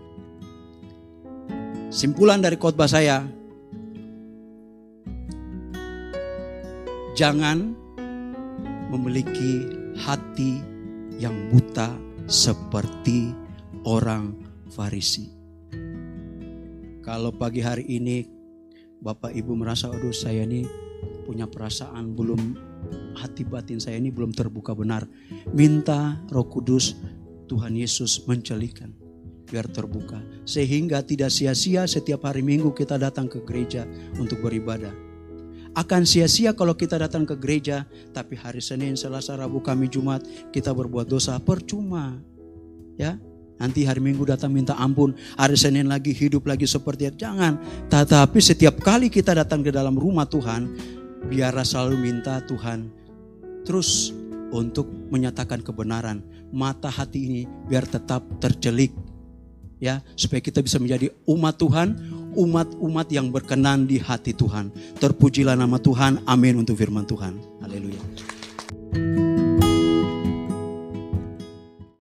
Simpulan dari khotbah saya, jangan memiliki hati yang buta seperti orang Farisi. Kalau pagi hari ini Bapak Ibu merasa, aduh saya ini punya perasaan hati batin saya ini belum terbuka benar. Minta Roh Kudus Tuhan Yesus mencelikkan biar terbuka. Sehingga tidak sia-sia setiap hari Minggu kita datang ke gereja untuk beribadah. Akan sia-sia kalau kita datang ke gereja, tapi hari Senin, Selasa, Rabu, Kamis, Jumat kita berbuat dosa, percuma. Ya, nanti hari Minggu datang minta ampun, hari Senin lagi hidup lagi seperti itu. Jangan. Tetapi setiap kali kita datang ke dalam rumah Tuhan, biarlah selalu minta Tuhan terus untuk menyatakan kebenaran. Mata hati ini biar tetap tercelik. Ya, supaya kita bisa menjadi umat Tuhan, umat-umat yang berkenan di hati Tuhan. Terpujilah nama Tuhan, amin untuk firman Tuhan. Haleluya.